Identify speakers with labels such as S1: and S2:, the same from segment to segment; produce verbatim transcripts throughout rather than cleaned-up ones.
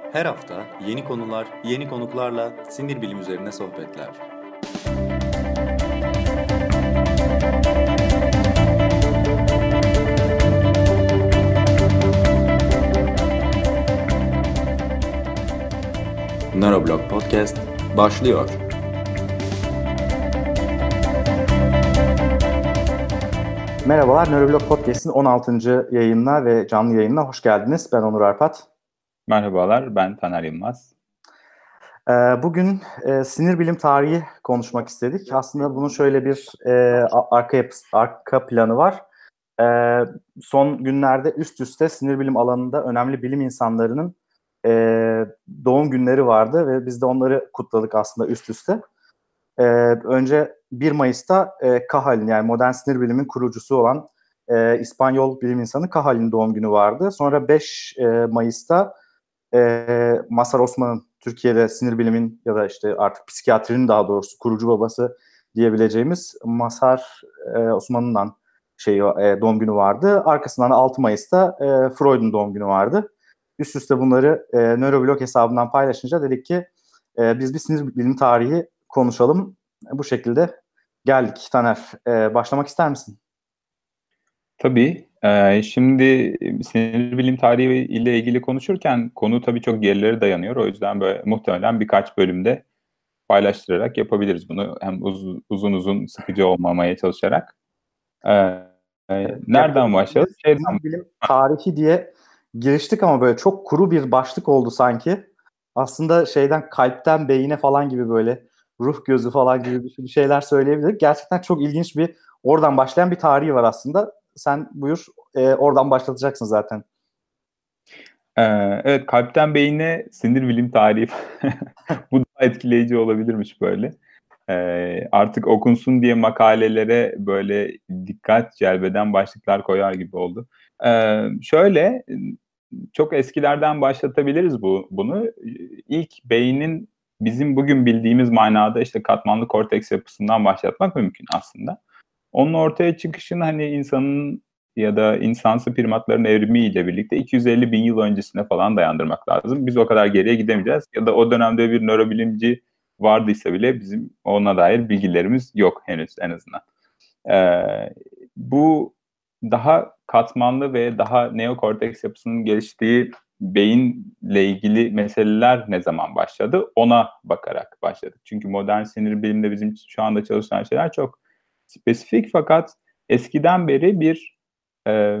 S1: Her hafta yeni konular, yeni konuklarla sinir bilim üzerine sohbetler. Neuroblog Podcast başlıyor.
S2: Merhabalar, Neuroblog Podcast'in on altıncı yayınına ve canlı yayınına hoş geldiniz. Ben Onur Arpat.
S3: Merhabalar, ben Taner Yılmaz.
S2: Bugün e, sinir bilim tarihi konuşmak istedik. Aslında bunun şöyle bir e, arka yapısı, arka planı var. E, son günlerde üst üste sinir bilim alanında önemli bilim insanlarının e, doğum günleri vardı ve biz de onları kutladık aslında üst üste. E, önce bir Mayıs'ta e, Cajal'in, yani modern sinir bilimin kurucusu olan e, İspanyol bilim insanı Cajal'in doğum günü vardı. Sonra beş e, Mayıs'ta e, Mazhar Osman'ın, Türkiye'de sinir bilimin ya da işte artık psikiyatrinin daha doğrusu kurucu babası diyebileceğimiz Mazhar e, Osman'ın şey e, doğum günü vardı. Arkasından altı Mayıs'ta e, Freud'un doğum günü vardı. Üst üste bunları e, Neuroblog hesabından paylaşınca dedik ki e, biz bir sinir bilimi tarihi konuşalım. Bu şekilde geldik. Taner, e, başlamak ister misin?
S3: Tabii. E, şimdi sinir bilim tarihi ile ilgili konuşurken konu tabii çok gerilere dayanıyor. O yüzden böyle muhtemelen birkaç bölümde paylaştırarak yapabiliriz bunu. Hem uz, uzun uzun sıkıcı olmamaya çalışarak. E, e,
S2: Evet,
S3: nereden başlayalım? Şeyden...
S2: Sinir bilim tarihi diye giriştik ama böyle çok kuru bir başlık oldu sanki. Aslında şeyden kalpten beyine falan gibi böyle ruh gözü falan gibi bir şeyler söyleyebiliriz. Gerçekten çok ilginç bir oradan başlayan bir tarihi var aslında. Sen buyur, e, oradan başlatacaksın zaten.
S3: Ee, evet, kalpten beyine sinir bilim tarihi. Bu daha etkileyici olabilirmiş böyle. Ee, artık okunsun diye makalelere böyle dikkat celbeden başlıklar koyar gibi oldu. Ee, şöyle, çok eskilerden başlatabiliriz bu bunu. İlk beynin bizim bugün bildiğimiz manada işte katmanlı korteks yapısından başlatmak mümkün aslında. Onun ortaya çıkışını hani insanın ya da insansı primatların evrimiyle birlikte iki yüz elli bin yıl öncesine falan dayandırmak lazım. Biz o kadar geriye gidemeyeceğiz. Ya da o dönemde bir nörobilimci vardıysa bile bizim ona dair bilgilerimiz yok henüz en azından. Ee, bu daha katmanlı ve daha neokorteks yapısının geliştiği beyinle ilgili meseleler ne zaman başladı? Ona bakarak başladık. Çünkü modern sinir bilimde bizim şu anda çalışan şeyler çok spesifik, fakat eskiden beri bir e,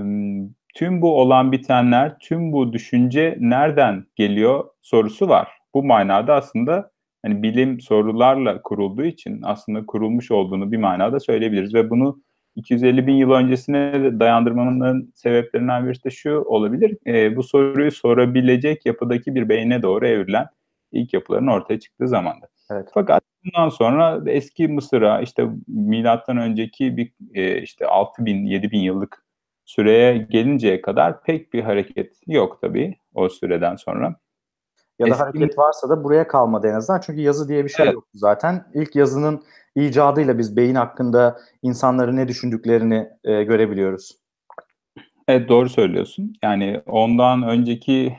S3: tüm bu olan bitenler, tüm bu düşünce nereden geliyor sorusu var. Bu manada aslında hani bilim sorularla kurulduğu için aslında kurulmuş olduğunu bir manada söyleyebiliriz ve bunu iki yüz elli bin yıl öncesine dayandırmanın sebeplerinden birisi de şu olabilir. E, bu soruyu sorabilecek yapıdaki bir beyne doğru evrilen ilk yapıların ortaya çıktığı zamanda.
S2: Evet.
S3: Fakat bundan sonra eski Mısır'a işte milattan önceki bir e, işte altı bin yedi bin yıllık süreye gelinceye kadar pek bir hareket yok tabii o süreden sonra.
S2: Ya da
S3: Eski...
S2: hareket varsa da buraya kalmadı en azından. Çünkü yazı diye bir şey
S3: Evet.
S2: yoktu zaten. İlk yazının icadıyla biz beyin hakkında insanların ne düşündüklerini e, görebiliyoruz.
S3: Evet, doğru söylüyorsun. Yani ondan önceki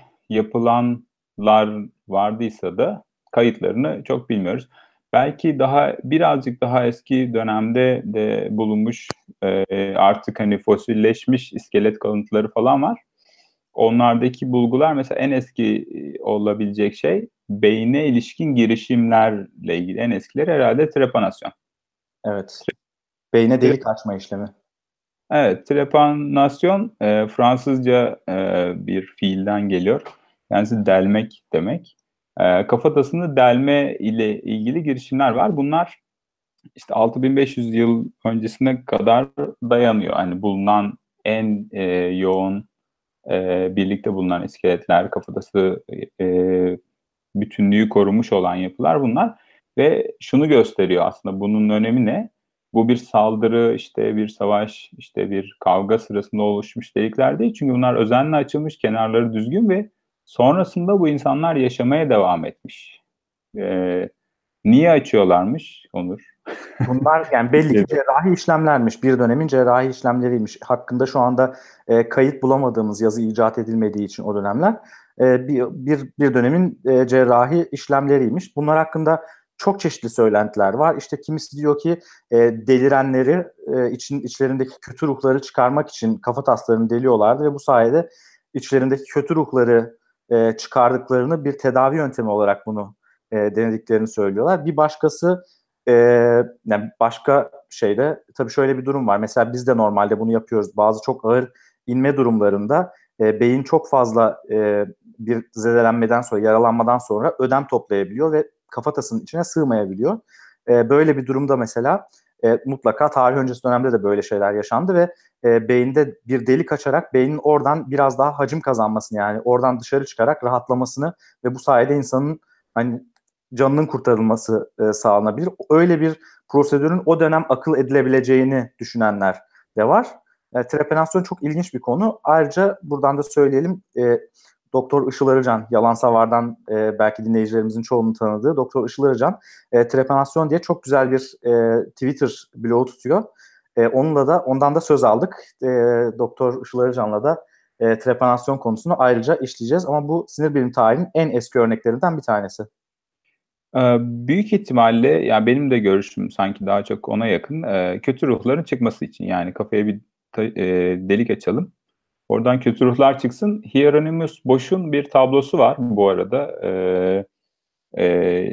S3: yapılanlar vardıysa da kayıtlarını çok bilmiyoruz. Belki daha birazcık daha eski dönemde de bulunmuş e, artık hani fosilleşmiş iskelet kalıntıları falan var. Onlardaki bulgular mesela en eski olabilecek şey beyne ilişkin girişimlerle ilgili en eskileri herhalde trepanasyon.
S2: Evet. Beyne delik açma işlemi.
S3: Evet, trepanasyon e, Fransızca e, bir fiilden geliyor. Yani delmek demek. E, kafatasını delme ile ilgili girişimler var. Bunlar işte altı bin beş yüz yıl öncesine kadar dayanıyor. Hani bulunan en e, yoğun e, birlikte bulunan iskeletler, kafatası e, bütünlüğü korumuş olan yapılar bunlar. Ve şunu gösteriyor aslında, bunun önemi ne? Bu bir saldırı, işte bir savaş, işte bir kavga sırasında oluşmuş delikler değil. Çünkü bunlar özenle açılmış, kenarları düzgün ve sonrasında bu insanlar yaşamaya devam etmiş. Ee, Niye açıyorlarmış Onur?
S2: Bunlar yani belli ki cerrahi işlemlermiş. Bir dönemin cerrahi işlemleriymiş. Hakkında şu anda e, kayıt bulamadığımız, yazı icat edilmediği için o dönemler e, bir, bir bir dönemin e, cerrahi işlemleriymiş. Bunlar hakkında çok çeşitli söylentiler var. İşte kimisi diyor ki e, delirenleri e, için içlerindeki kötü ruhları çıkarmak için kafataslarını deliyorlardı ve bu sayede içlerindeki kötü ruhları e, çıkardıklarını bir tedavi yöntemi olarak bunu e, denediklerini söylüyorlar. Bir başkası Ee, yani başka şeyde tabii şöyle bir durum var. Mesela biz de normalde bunu yapıyoruz. Bazı çok ağır inme durumlarında e, beyin çok fazla e, bir zedelenmeden sonra, yaralanmadan sonra ödem toplayabiliyor ve kafatasının içine sığmayabiliyor. E, böyle bir durumda mesela e, mutlaka tarih öncesi dönemde de böyle şeyler yaşandı ve e, beyinde bir delik açarak beynin oradan biraz daha hacim kazanmasını, yani oradan dışarı çıkarak rahatlamasını ve bu sayede insanın hani canının kurtarılması e, sağlanabilir. Öyle bir prosedürün o dönem akıl edilebileceğini düşünenler de var. E, trepanasyon çok ilginç bir konu. Ayrıca buradan da söyleyelim, e, Doktor Işıl Arıcan, Yalan Savar'dan e, belki dinleyicilerimizin çoğunun tanıdığı Doktor Işıl Arıcan, e, trepanasyon diye çok güzel bir e, Twitter blogu tutuyor. E, onunla da ondan da söz aldık. E, Doktor Işıl Arıcan'la da e, trepanasyon konusunu ayrıca işleyeceğiz. Ama bu sinir bilim tarihinin en eski örneklerinden bir tanesi.
S3: Ee, büyük ihtimalle, yani benim de görüşüm sanki daha çok ona yakın, e, kötü ruhların çıkması için. Yani kafaya bir ta- e, delik açalım. Oradan kötü ruhlar çıksın. Hieronymus Bosch'un bir tablosu var bu arada. E, e,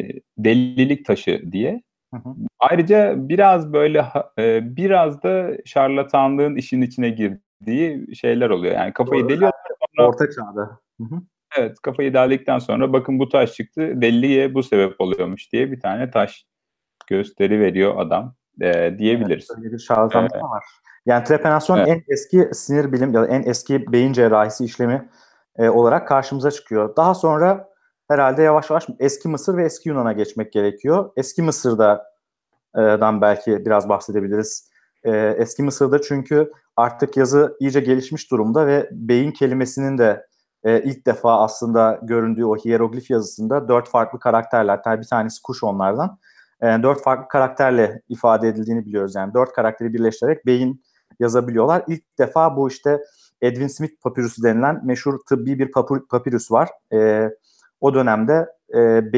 S3: Delilik taşı diye.
S2: Hı hı.
S3: Ayrıca biraz böyle ha- e, biraz da şarlatanlığın işin içine girdiği şeyler oluyor. Yani kafayı
S2: Doğru.
S3: deliyorlar, sonra
S2: Orta çağda. Hı hı.
S3: evet, kafayı deldikten sonra bakın bu taş çıktı. Deliliğe bu sebep oluyormuş diye bir tane taş gösteri veriyor adam e,
S2: Evet,
S3: diyebiliriz.
S2: öyle bir
S3: E,
S2: şarlatanlık da var. Yani trepanasyon
S3: evet.
S2: en eski sinir bilim ya da en eski beyin cerrahisi işlemi e, olarak karşımıza çıkıyor. Daha sonra herhalde yavaş yavaş eski Mısır ve eski Yunan'a geçmek gerekiyor. Eski Mısır'da e, dan belki biraz bahsedebiliriz. E, eski Mısır'da çünkü artık yazı iyice gelişmiş durumda ve beyin kelimesinin de e, ilk defa aslında göründüğü o hieroglif yazısında dört farklı karakterler, hatta bir tanesi kuş onlardan, e, dört farklı karakterle ifade edildiğini biliyoruz. Yani dört karakteri birleştirerek beyin yazabiliyorlar. İlk defa bu işte Edwin Smith papirüsü denilen meşhur tıbbi bir papirüs var. E, o dönemde e,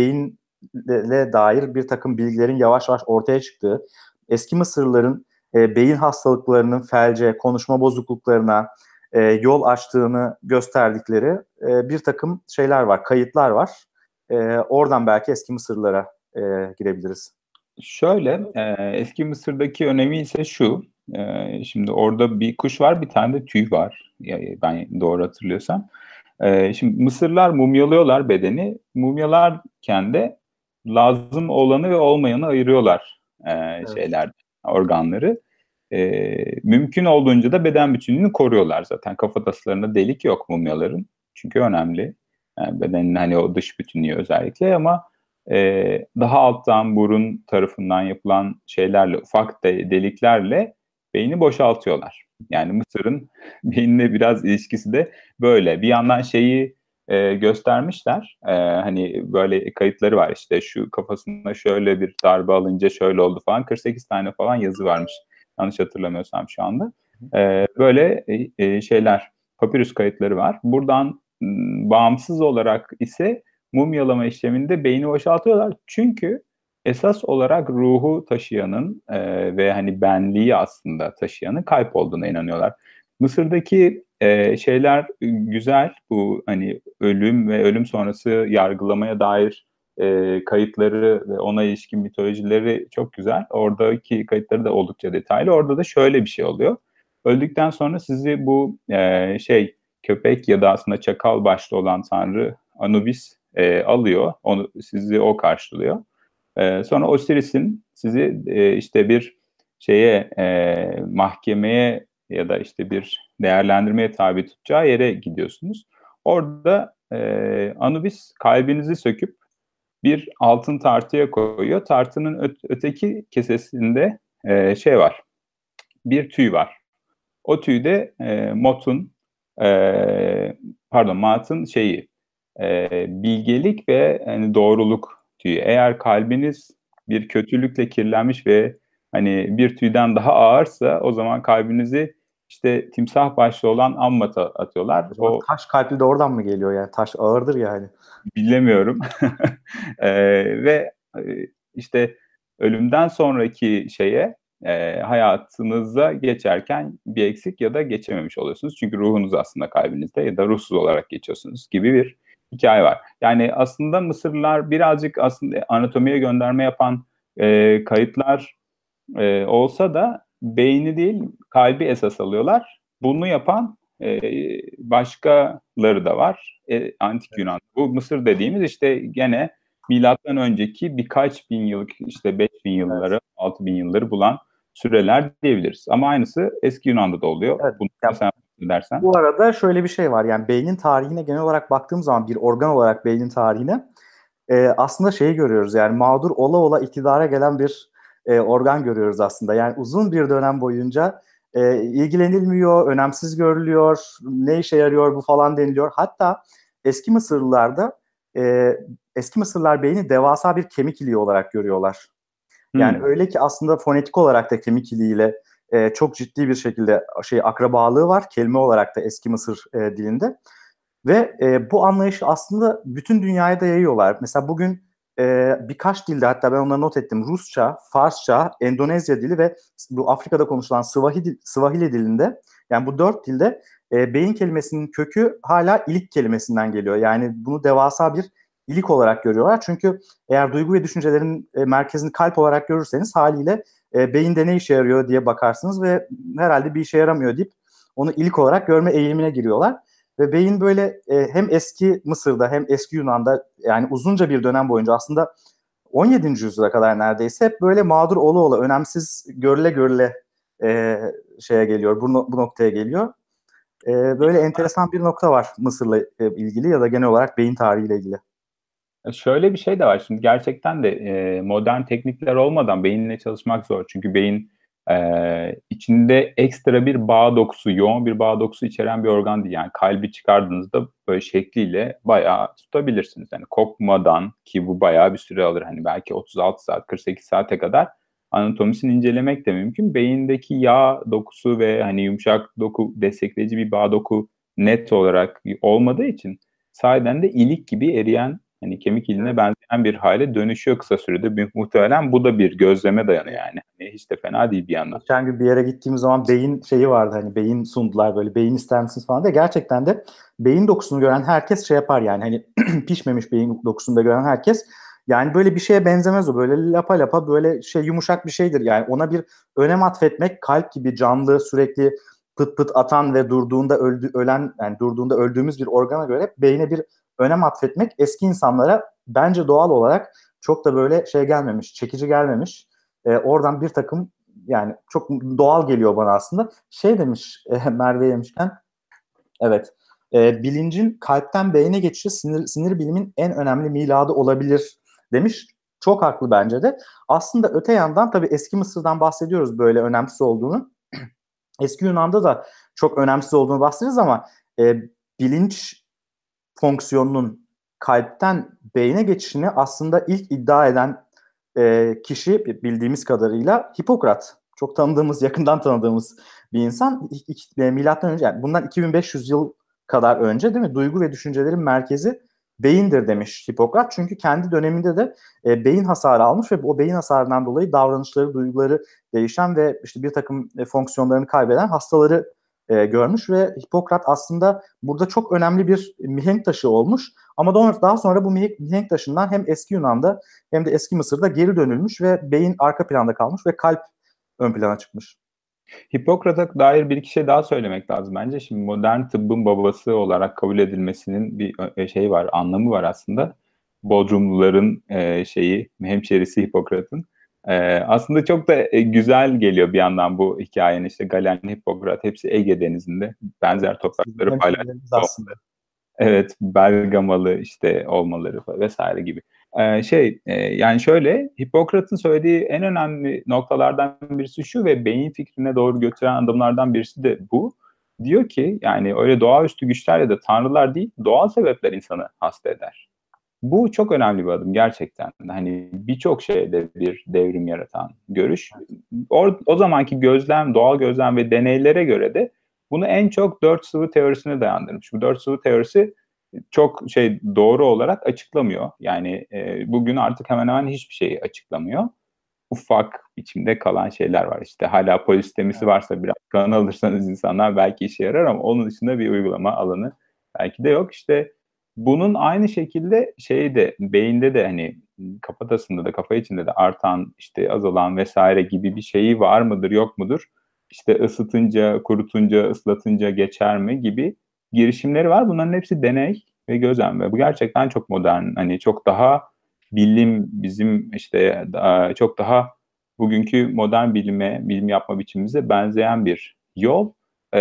S2: beyinle dair bir takım bilgilerin yavaş yavaş ortaya çıktığı, eski Mısırlıların e, beyin hastalıklarının felce, konuşma bozukluklarına e, yol açtığını gösterdikleri e, bir takım şeyler var, kayıtlar var. E, oradan belki eski Mısırlılara e, girebiliriz.
S3: Şöyle, e, eski Mısır'daki önemi ise şu. E, şimdi orada bir kuş var, bir tane de tüy var. Yani ben doğru hatırlıyorsam. E, şimdi Mısırlar mumyalıyorlar bedeni. Mumyalarken de lazım olanı ve olmayanı ayırıyorlar e,
S2: Evet.
S3: şeyler, organları. E, mümkün olduğunca da beden bütünlüğünü koruyorlar zaten. Kafataslarında delik yok mumyaların. Çünkü önemli. Yani bedenin hani o dış bütünlüğü özellikle, ama e, daha alttan burun tarafından yapılan şeylerle, ufak de, deliklerle beyni boşaltıyorlar. Yani Mısır'ın beyinle biraz ilişkisi de böyle. Bir yandan şeyi e, göstermişler. E, hani böyle kayıtları var, işte şu kafasına şöyle bir darbe alınca şöyle oldu falan. kırk sekiz tane falan yazı varmış. Yanlış hatırlamıyorsam şu anda. E, böyle e, şeyler, papirüs kayıtları var. Buradan m, bağımsız olarak ise mumyalama işleminde beyni boşaltıyorlar. Çünkü esas olarak ruhu taşıyanın e, ve hani benliği aslında taşıyanın kayıp olduğuna inanıyorlar. Mısır'daki e, şeyler güzel. Bu hani ölüm ve ölüm sonrası yargılamaya dair e, kayıtları ve ona ilişkin mitolojileri çok güzel. Oradaki kayıtları da oldukça detaylı. Orada da şöyle bir şey oluyor. Öldükten sonra sizi bu e, şey köpek ya da aslında çakal başlı olan tanrı Anubis e, alıyor. Onu, sizi o karşılıyor. E, sonra Osiris'in sizi e, işte bir şeye e, mahkemeye ya da işte bir değerlendirmeye tabi tutacağı yere gidiyorsunuz. Orada e, Anubis kalbinizi söküp bir altın tartıya koyuyor. Tartının ö- öteki kesesinde e, şey var. Bir tüy var. O tüyde e, Mot'un e, pardon Maat'ın şeyi e, bilgelik ve yani doğruluk tüyü. Eğer kalbiniz bir kötülükle kirlenmiş ve hani bir tüyden daha ağırsa o zaman kalbinizi işte timsah başlı olan Ammat'a atıyorlar.
S2: Acaba
S3: O
S2: taş kalpli de oradan mı geliyor yani? Taş ağırdır yani.
S3: bilemiyorum. Eee, ve e, işte ölümden sonraki şeye e, hayatınıza geçerken bir eksik ya da geçememiş oluyorsunuz. Çünkü ruhunuz aslında kalbinizde ya da ruhsuz olarak geçiyorsunuz gibi bir hikaye var. Yani aslında Mısırlılar birazcık aslında anatomiye gönderme yapan e, kayıtlar e, olsa da beyni değil kalbi esas alıyorlar. Bunu yapan e, başkaları da var. E, Antik Yunan. Bu Mısır dediğimiz işte gene milattan önceki birkaç bin yıllık işte beş bin yılları,
S2: Evet.
S3: altı bin yılları bulan süreler diyebiliriz. Ama aynısı eski Yunan'da da oluyor.
S2: Evet.
S3: Bunu
S2: Ya,
S3: sen dersen.
S2: bu arada şöyle bir şey var. Yani beynin tarihine genel olarak baktığım zaman bir organ olarak beynin tarihine e, aslında şeyi görüyoruz. Yani mağdur ola ola iktidara gelen bir e, organ görüyoruz aslında. Yani uzun bir dönem boyunca e, ilgilenilmiyor, önemsiz görülüyor, ne işe yarıyor bu falan deniliyor. Hatta eski Mısırlılarda e, eski Mısırlılar beyni devasa bir kemik iliği olarak görüyorlar. Yani
S3: Hmm.
S2: öyle ki aslında fonetik olarak da kemik iliğiyle e, çok ciddi bir şekilde şey akrabalığı var. Kelime olarak da eski Mısır e, dilinde. Ve e, bu anlayışı aslında bütün dünyaya da yayıyorlar. Mesela bugün e, birkaç dilde, hatta ben onları not ettim. Rusça, Farsça, Endonezya dili ve bu Afrika'da konuşulan Swahili, Swahili dilinde, yani bu dört dilde e, beyin kelimesinin kökü hala ilik kelimesinden geliyor. Yani bunu devasa bir ilik olarak görüyorlar. Çünkü eğer duygu ve düşüncelerin e, merkezini kalp olarak görürseniz haliyle e, beyinde ne işe yarıyor diye bakarsınız ve herhalde bir işe yaramıyor deyip onu ilik olarak görme eğilimine giriyorlar. Ve beyin böyle e, hem eski Mısır'da hem eski Yunan'da, yani uzunca bir dönem boyunca, aslında on yedinci yüzyıla kadar neredeyse hep böyle mağdur ola ola, önemsiz görüle görüle e, şeye geliyor, bu, bu noktaya geliyor. E, böyle enteresan bir nokta var Mısır'la e, ilgili ya da genel olarak beyin tarihiyle ilgili.
S3: Şöyle bir şey de var. Şimdi gerçekten de e, modern teknikler olmadan beyinle çalışmak zor. Çünkü beyin e, içinde ekstra bir bağ dokusu, yoğun bir bağ dokusu içeren bir organ değil. Yani kalbi çıkardığınızda böyle şekliyle bayağı tutabilirsiniz. Yani kopmadan, ki bu bayağı bir süre alır. Hani belki otuz altı saat, kırk sekiz saate kadar anatomisini incelemek de mümkün. Beyindeki yağ dokusu ve hani yumuşak doku, destekleyici bir bağ doku net olarak olmadığı için sahiden de ilik gibi eriyen, hani kemik iliğine benzeyen bir hale dönüşüyor kısa sürede. Muhtemelen bu da bir gözleme dayanıyor yani. Hani hiç de fena değil bir yandan.
S2: Geçen gün bir yere gittiğim zaman beyin şeyi vardı, hani beyin sundular, böyle beyin ister misiniz falan diye. Gerçekten de beyin dokusunu gören herkes şey yapar yani, hani pişmemiş beyin dokusunu da gören herkes, yani böyle bir şeye benzemez o, böyle lapa lapa böyle şey, yumuşak bir şeydir yani. Ona bir önem atfetmek, kalp gibi canlı, sürekli pıt pıt atan ve durduğunda öldü, ölen, yani durduğunda öldüğümüz bir organa göre beyne bir önem atfetmek eski insanlara bence doğal olarak çok da böyle şey gelmemiş, çekici gelmemiş. Ee, oradan bir takım, yani çok doğal geliyor bana aslında. Şey demiş e, Merve yemişken, evet, e, bilincin kalpten beyne geçişi sinir, sinir bilimin en önemli miladı olabilir demiş. Çok haklı bence de. Aslında öte yandan tabii eski Mısır'dan bahsediyoruz böyle önemsiz olduğunu. Eski Yunan'da da çok önemsiz olduğunu bahsederiz ama e, bilinç fonksiyonunun kalpten beyne geçişini aslında ilk iddia eden e, kişi bildiğimiz kadarıyla Hipokrat. Çok tanıdığımız, yakından tanıdığımız bir insan. E, milattan önce, yani bundan iki bin beş yüz yıl kadar önce, değil mi? Duygu ve düşüncelerin merkezi beyindir demiş Hipokrat. Çünkü kendi döneminde de e, beyin hasarı almış ve o beyin hasarından dolayı davranışları, duyguları değişen ve işte bir takım e, fonksiyonlarını kaybeden hastaları e, görmüş ve Hipokrat aslında burada çok önemli bir mihenk taşı olmuş. Ama daha sonra bu mihenk taşından hem eski Yunan'da hem de eski Mısır'da geri dönülmüş ve beyin arka planda kalmış ve kalp ön plana çıkmış.
S3: Hipokrat'a dair bir iki şey daha söylemek lazım bence. Şimdi modern tıbbın babası olarak kabul edilmesinin bir şey var, anlamı var aslında. Bodrumluların e, şeyi, hemşerisi Hipokrat'ın. E, aslında çok da e, güzel geliyor bir yandan bu hikayenin. İşte Galen, Hipokrat hepsi Ege Denizi'nde benzer toprakları paylaşıyor.
S2: Aslında.
S3: Evet, Bergamalı işte olmaları vesaire gibi. Ee, şey e, yani şöyle, Hipokrat'ın söylediği en önemli noktalardan birisi şu ve beyin fikrine doğru götüren adımlardan birisi de bu. Diyor ki yani öyle doğaüstü güçler ya da tanrılar değil, doğal sebepler insanı hasta eder. Bu çok önemli bir adım gerçekten. Hani birçok şeyde bir devrim yaratan görüş. O, o zamanki gözlem, doğal gözlem ve deneylere göre de bunu en çok dört sıvı teorisine dayandırmış. Bu dört sıvı teorisi çok şey doğru olarak açıklamıyor. Yani e, bugün artık hemen hemen hiçbir şeyi açıklamıyor. Ufak biçimde kalan şeyler var. İşte hala polistemisi varsa biraz kan alırsanız insanlar belki işe yarar ama onun dışında bir uygulama alanı belki de yok. İşte bunun aynı şekilde şeyde beyinde de hani kafatasında da kafa içinde de artan işte azalan vesaire gibi bir şeyi var mıdır yok mudur? İşte ısıtınca, kurutunca, ıslatınca geçer mi gibi girişimleri var. Bunların hepsi deney ve gözlem ve bu gerçekten çok modern. Hani çok daha bilim bizim işte daha, çok daha bugünkü modern bilime, bilim yapma biçimimize benzeyen bir yol.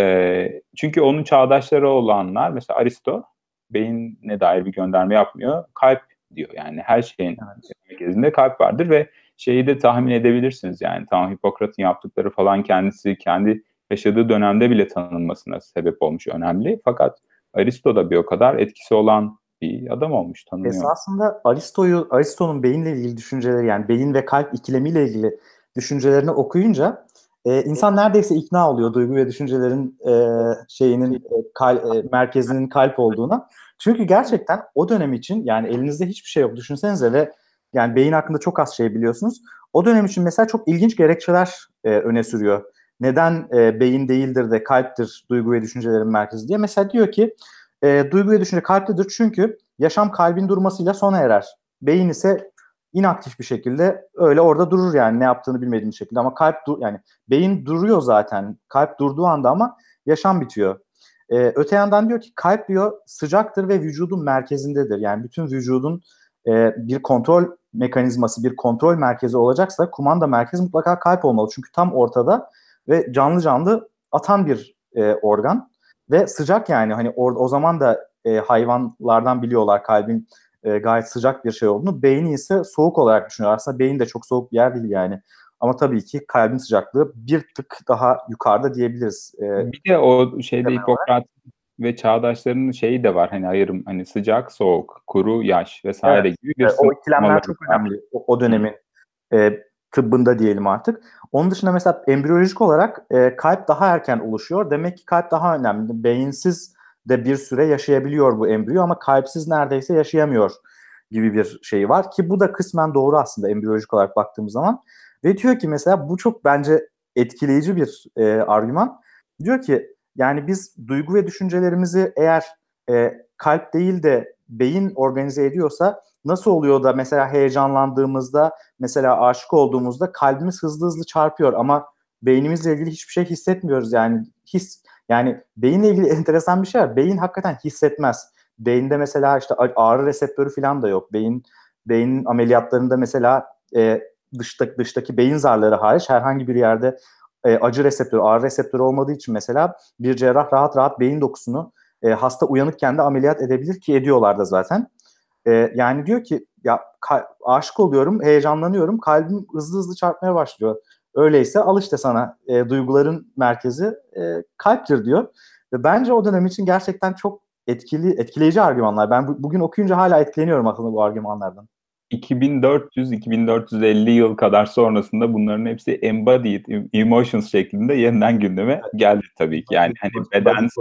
S3: E, çünkü onun çağdaşları olanlar mesela Aristo beyine dair bir gönderme yapmıyor. Kalp diyor. Yani her şeyin
S2: Evet.
S3: merkezinde kalp vardır ve şeyi de tahmin edebilirsiniz. Yani tamam Hipokrat'ın yaptıkları falan kendisi kendi yaşadığı dönemde bile tanınmasına sebep olmuş önemli. Fakat Aristo da bir o kadar etkisi olan bir adam olmuş, tanınıyor.
S2: Esasında Aristo'yu, Aristo'nun beyinle ilgili düşünceleri yani beyin ve kalp ikilemiyle ilgili düşüncelerini okuyunca e, insan neredeyse ikna oluyor duygu ve düşüncelerin e, şeyinin e, kal, e, merkezinin kalp olduğuna. Çünkü gerçekten o dönem için yani elinizde hiçbir şey yok düşünsenize ve yani beyin hakkında çok az şey biliyorsunuz. O dönem için mesela çok ilginç gerekçeler e, öne sürüyor. Neden e, beyin değildir de kalptir duygu ve düşüncelerin merkezi diye. Mesela diyor ki e, duygu ve düşünce kalptedir çünkü yaşam kalbin durmasıyla sona erer. Beyin ise inaktif bir şekilde öyle orada durur yani ne yaptığını bilmediğin şekilde ama kalp dur yani beyin duruyor zaten. Kalp durduğu anda ama yaşam bitiyor. Ee, öte yandan diyor ki kalp diyor sıcaktır ve vücudun merkezindedir. Yani bütün vücudun e, bir kontrol mekanizması, bir kontrol merkezi olacaksa kumanda merkezi mutlaka kalp olmalı. Çünkü tam ortada ve canlı canlı atan bir e, organ ve sıcak yani hani or- o zaman da e, hayvanlardan biliyorlar kalbin e, gayet sıcak bir şey olduğunu. Beyni ise soğuk olarak düşünüyor. Aslında beyin de çok soğuk bir yer değil yani. Ama tabii ki kalbin sıcaklığı bir tık daha yukarıda diyebiliriz. E,
S3: Bir de o şeyde
S2: temel olarak.
S3: Hipokrat ve çağdaşlarının şeyi de var. Hani ayrım hani sıcak, soğuk, kuru, yaş
S2: Evet.
S3: vesaire gibi bir
S2: E, o
S3: sınıflamaları
S2: ikilemler çok
S3: var.
S2: önemli. O, o
S3: Hı.
S2: dönemin e, tıbbında diyelim artık. Onun dışında mesela embriyolojik olarak e, kalp daha erken oluşuyor. Demek ki kalp daha önemli. Beyinsiz de bir süre yaşayabiliyor bu embriyo ama kalpsiz neredeyse yaşayamıyor gibi bir şey var ki bu da kısmen doğru aslında embriyolojik olarak baktığımız zaman. Ve diyor ki mesela bu çok bence etkileyici bir e, argüman. Diyor ki yani biz duygu ve düşüncelerimizi eğer e, kalp değil de beyin organize ediyorsa nasıl oluyor da mesela heyecanlandığımızda mesela aşık olduğumuzda kalbimiz hızlı hızlı çarpıyor ama beynimizle ilgili hiçbir şey hissetmiyoruz yani his yani beyinle ilgili enteresan bir şey var. Beyin hakikaten hissetmez. Beyinde mesela işte ağrı reseptörü falan da yok. Beyin beynin ameliyatlarında mesela e, dıştaki, dıştaki beyin zarları hariç herhangi bir yerde e, acı reseptörü, ağrı reseptörü olmadığı için mesela bir cerrah rahat rahat beyin dokusunu e, hasta uyanıkken de ameliyat edebilir ki ediyorlar da zaten. E, yani diyor ki ya ka- aşık oluyorum, heyecanlanıyorum, kalbim hızlı hızlı çarpmaya başlıyor. Öyleyse al işte sana e, duyguların merkezi e, kalptir diyor. Ve bence o dönem için gerçekten çok etkili, etkileyici argümanlar. Ben bu, bugün okuyunca hala etkileniyorum aslında bu argümanlardan.
S3: iki bin dört yüz iki bin dört yüz elli yıl kadar sonrasında bunların hepsi embodied emotions şeklinde yeniden gündeme geldi tabii ki. Yani hani beden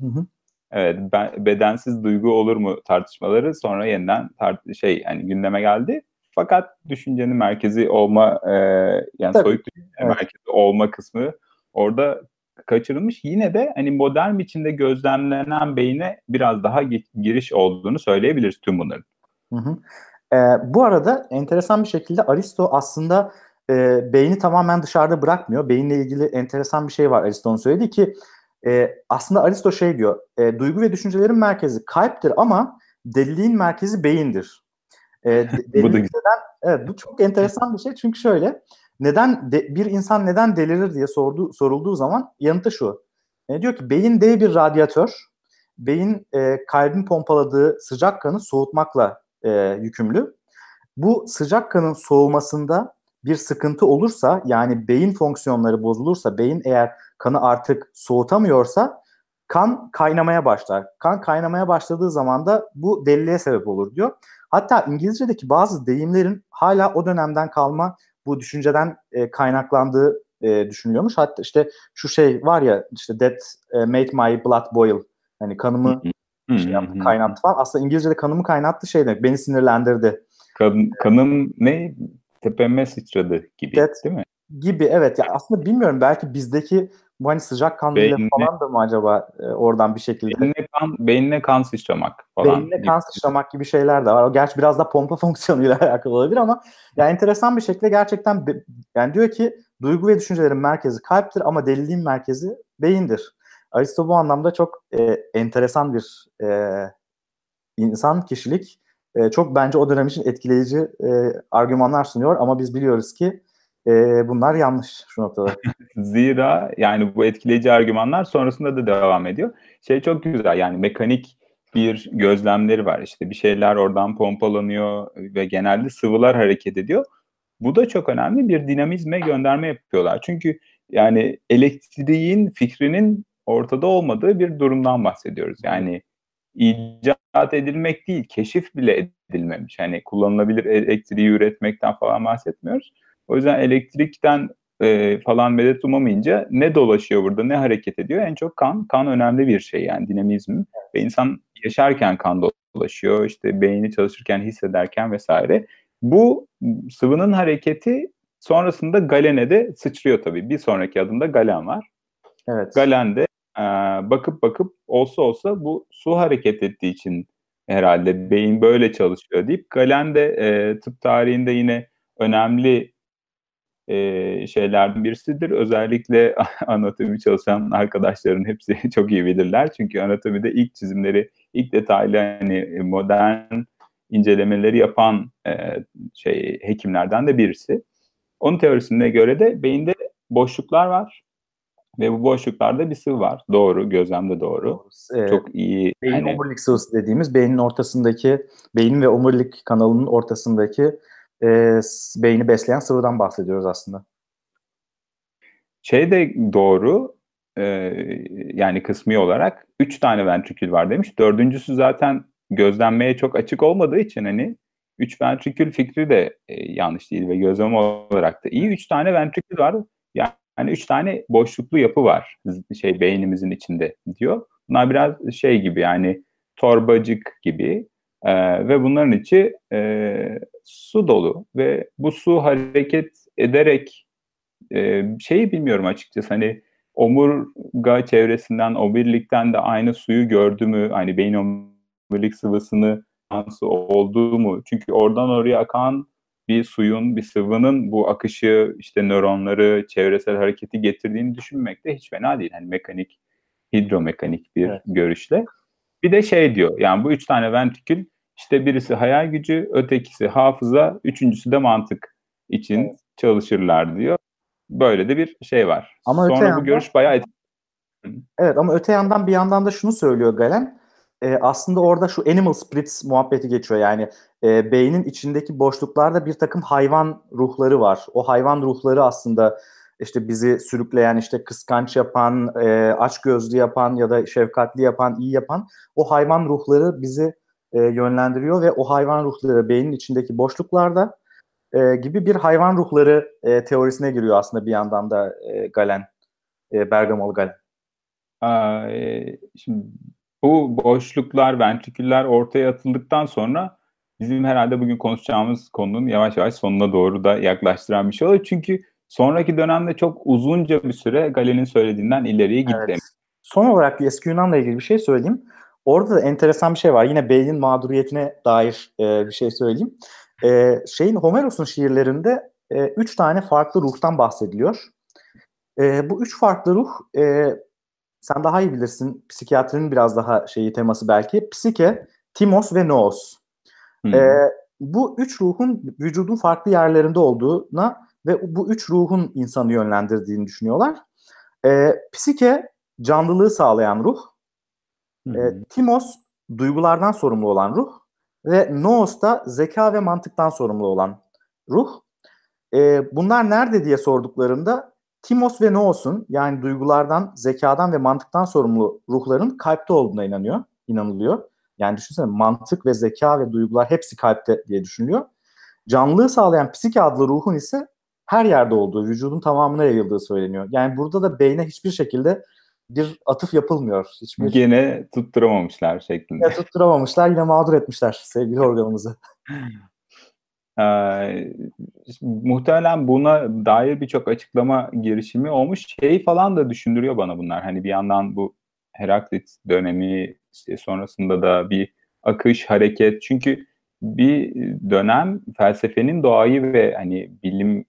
S3: evet ben, bedensiz duygu olur mu tartışmaları sonra yeniden tart şey yani gündeme geldi. Fakat düşüncenin merkezi olma e, yani
S2: Tabii
S3: soyut
S2: ki.
S3: düşüncenin
S2: Evet.
S3: merkezi olma kısmı orada kaçırılmış. Yine de hani modern biçimde gözlemlenen beyine biraz daha giriş olduğunu söyleyebiliriz tüm bunların.
S2: Hı hı. Ee, bu arada enteresan bir şekilde Aristo aslında e, beyni tamamen dışarıda bırakmıyor. Beyinle ilgili enteresan bir şey var Aristo'nun söylediği ki e, aslında Aristo şey diyor, e, duygu ve düşüncelerin merkezi kalptir ama deliliğin merkezi beyindir. E, de-
S3: Bu da
S2: delilik neden? Evet, bu çok enteresan bir şey çünkü şöyle, neden de, bir insan neden delirir diye sordu, sorulduğu zaman yanıtı şu. E, diyor ki beyin dev bir radyatör. Beyin e, kalbin pompaladığı sıcak kanı soğutmakla e, yükümlü. Bu sıcak kanın soğumasında bir sıkıntı olursa yani beyin fonksiyonları bozulursa beyin eğer kanı artık soğutamıyorsa kan kaynamaya başlar. Kan kaynamaya başladığı zaman da bu deliliğe sebep olur diyor. Hatta İngilizce'deki bazı deyimlerin hala o dönemden kalma bu düşünceden e, kaynaklandığı e, düşünülüyormuş. Hatta işte şu şey var ya, işte that e, made my blood boil. Hani kanımı şey yaptı, kaynattı falan. Aslında İngilizce'de kanımı kaynattı şey demek. Beni sinirlendirdi.
S3: Kan, kanım ne? Tepeme sıçradı gibi,
S2: That
S3: değil mi?
S2: gibi, evet. Ya aslında bilmiyorum, belki bizdeki bu hani sıcakkanlıyla
S3: Beynine,
S2: falan da mı acaba e, oradan bir şekilde
S3: beynine kan, beynine kan sıçramak falan
S2: beynine
S3: gibi.
S2: kan sıçramak gibi şeyler de var. O gerçi biraz da pompa fonksiyonuyla alakalı olabilir ama yani enteresan bir şekilde gerçekten be, yani diyor ki duygu ve düşüncelerin merkezi kalptir ama deliliğin merkezi beyindir. Aristo bu anlamda çok e, enteresan bir e, insan, kişilik. E, çok bence o dönem için etkileyici e, argümanlar sunuyor ama biz biliyoruz ki e, bunlar yanlış şu noktada.
S3: Zira yani bu etkileyici argümanlar sonrasında da devam ediyor. Şey çok güzel, yani mekanik bir gözlemleri var. İşte bir şeyler oradan pompalanıyor ve genelde sıvılar hareket ediyor. Bu da çok önemli, bir dinamizme gönderme yapıyorlar. Çünkü yani elektriğin fikrinin ortada olmadığı bir durumdan bahsediyoruz. Yani icat edilmek değil, keşif bile edilmemiş. Hani kullanılabilir elektriği üretmekten falan bahsetmiyoruz. O yüzden elektrikten e, falan medet umamayınca ne dolaşıyor burada, ne hareket ediyor? En çok kan. Kan önemli bir şey, yani dinamizm. Ve insan yaşarken kan dolaşıyor, işte beyni çalışırken, hissederken vesaire. Bu sıvının hareketi sonrasında galene de sıçrıyor tabii. Bir sonraki adımda galen var.
S2: Evet.
S3: Galende e, bakıp bakıp olsa olsa bu su hareket ettiği için herhalde beyin böyle çalışıyor deyip Galen de e, tıp tarihinde yine önemli e, şeylerden birisidir. Özellikle anatomi çalışan arkadaşların hepsi çok iyi bilirler. Çünkü anatomide ilk çizimleri, ilk detaylı hani modern incelemeleri yapan e, şey hekimlerden de birisi. Onun teorisine göre de beyinde boşluklar var. Ve bu boşluklarda bir sıvı var. Doğru, gözlemde doğru.
S2: Ee,
S3: Çok iyi.
S2: beyin
S3: Yani
S2: omurilik sıvısı dediğimiz beynin ortasındaki, beynin ve omurilik kanalının ortasındaki e, beyni besleyen sıvıdan bahsediyoruz aslında.
S3: şey de doğru. E, yani kısmi olarak üç tane ventrikül var demiş. Dördüncüsü zaten gözlenmeye çok açık olmadığı için hani üç ventrikül fikri de e, yanlış değil ve gözlem olarak da iyi. Üç tane ventrikül var. Yani üç tane boşluklu yapı var şey beynimizin içinde diyor. Bunlar biraz şey gibi, yani torbacık gibi e, ve bunların içi e, su dolu ve bu su hareket ederek e, şeyi bilmiyorum açıkçası, hani omurga çevresinden, omurilikten de aynı suyu gördü mü? Hani beyin omurilik sıvısını su olduğu mu? Çünkü oradan oraya akan bir suyun, bir sıvının bu akışı, işte nöronları, çevresel hareketi getirdiğini düşünmek de hiç fena değil. Hani mekanik, hidromekanik bir
S2: Evet.
S3: görüşle. Bir de şey diyor, yani bu üç tane ventrikül, işte birisi hayal gücü, ötekisi hafıza, üçüncüsü de mantık için
S2: Evet.
S3: çalışırlar diyor. Böyle de bir şey var.
S2: Ama öte
S3: Sonra bu
S2: yandan,
S3: görüş bayağı etkili.
S2: evet, ama öte yandan bir yandan da şunu söylüyor Galen. E, aslında orada şu animal spirits muhabbeti geçiyor. Yani e, beynin içindeki boşluklarda bir takım hayvan ruhları var. O hayvan ruhları aslında işte bizi sürükleyen, işte kıskanç yapan, e, açgözlü yapan ya da şefkatli yapan, iyi yapan o hayvan ruhları bizi e, yönlendiriyor ve o hayvan ruhları beynin içindeki boşluklarda e, gibi bir hayvan ruhları e, teorisine giriyor aslında bir yandan da e, Galen, e, Bergamalı Galen.
S3: Aa, e, şimdi bu boşluklar, ventriküller ortaya atıldıktan sonra bizim herhalde bugün konuşacağımız konunun yavaş yavaş sonuna doğru da yaklaştıran bir şey oluyor. Çünkü sonraki dönemde çok uzunca bir süre Galen'in söylediğinden ileriye gitti.
S2: Evet. Son olarak bir eski Yunan'la ilgili bir şey söyleyeyim. Orada da enteresan bir şey var. Yine beynin mağduriyetine dair e, bir şey söyleyeyim. E, şeyin Homeros'un şiirlerinde e, üç tane farklı ruhtan bahsediliyor. E, bu üç farklı ruh, e, sen daha iyi bilirsin. Psikiyatrinin biraz daha şeyi teması belki. Psike, Timos ve Noos.
S3: Hmm.
S2: E, bu üç ruhun vücudun farklı yerlerinde olduğuna ve bu üç ruhun insanı yönlendirdiğini düşünüyorlar. E, psike canlılığı sağlayan ruh, e, Timos duygulardan sorumlu olan ruh ve Noos da zeka ve mantıktan sorumlu olan ruh. E, bunlar nerede diye sorduklarında Timos ve Noos'un yani duygulardan, zekadan ve mantıktan sorumlu ruhların kalpte olduğuna inanıyor, inanılıyor. Yani düşünsene mantık ve zeka ve duygular hepsi kalpte diye düşünülüyor. Canlılığı sağlayan psike adlı ruhun ise her yerde olduğu, vücudun tamamına yayıldığı söyleniyor. Yani burada da beyne hiçbir şekilde bir atıf yapılmıyor. Hiçbir
S3: Gene tutturamamışlar şeklinde.
S2: tutturamamışlar, yine mağdur etmişler sevgili organımızı.
S3: Ee, muhtemelen buna dair birçok açıklama girişimi olmuş. Şey falan da düşündürüyor bana bunlar. Hani bir yandan bu Heraklit dönemi, işte sonrasında da bir akış, hareket. Çünkü bir dönem felsefenin doğayı ve hani bilim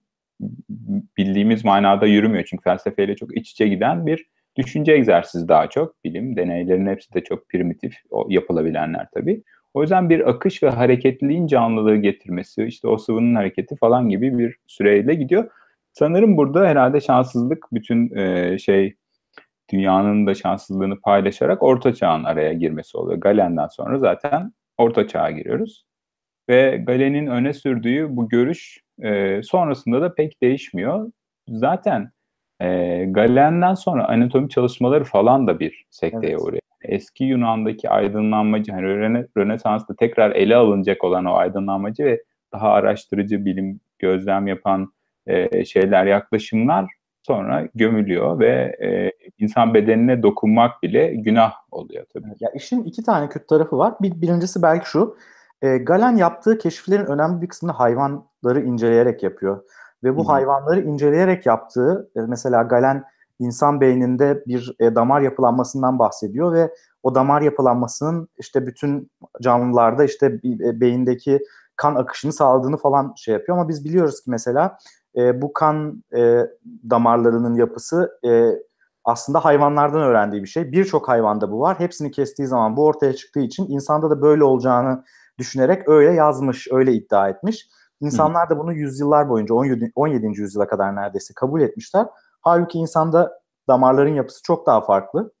S3: bildiğimiz manada yürümüyor. Çünkü felsefeyle çok iç içe giden bir düşünce egzersizi daha çok. Bilim, deneylerin hepsi de çok primitif, o yapılabilenler tabii. O yüzden bir akış ve hareketliliğin canlılığı getirmesi, işte o sıvının hareketi falan gibi bir süreyle gidiyor. Sanırım burada herhalde şanssızlık bütün e, şey dünyanın da şanssızlığını paylaşarak Orta Çağ'ın araya girmesi oluyor. Galen'den sonra zaten Orta Çağ'a giriyoruz. Ve Galen'in öne sürdüğü bu görüş e, sonrasında da pek değişmiyor. Zaten e, Galen'den sonra anatomi çalışmaları falan da bir sekteye
S2: Evet.
S3: uğruyor. Eski Yunan'daki aydınlanmacı, hani Röne, Rönesans'ta tekrar ele alınacak olan o aydınlanmacı ve daha araştırıcı, bilim, gözlem yapan e, şeyler, yaklaşımlar sonra gömülüyor ve e, insan bedenine dokunmak bile günah oluyor tabii.
S2: Ya işin iki tane kötü tarafı var. Bir, birincisi belki şu. E, Galen yaptığı keşiflerin önemli bir kısmını hayvanları inceleyerek yapıyor. Ve bu
S3: Hı hı.
S2: hayvanları inceleyerek yaptığı, e, mesela Galen insan beyninde bir e, damar yapılanmasından bahsediyor ve o damar yapılanmasının işte bütün canlılarda işte e, beyindeki kan akışını sağladığını falan şey yapıyor. Ama biz biliyoruz ki mesela e, bu kan e, damarlarının yapısı e, aslında hayvanlardan öğrendiği bir şey. Birçok hayvanda bu var. Hepsini kestiği zaman bu ortaya çıktığı için insanda da böyle olacağını düşünerek öyle yazmış, öyle iddia etmiş. İnsanlar da bunu yüzyıllar boyunca on yedinci yüzyıla kadar neredeyse kabul etmişler. Halbuki insanda damarların yapısı çok daha farklı.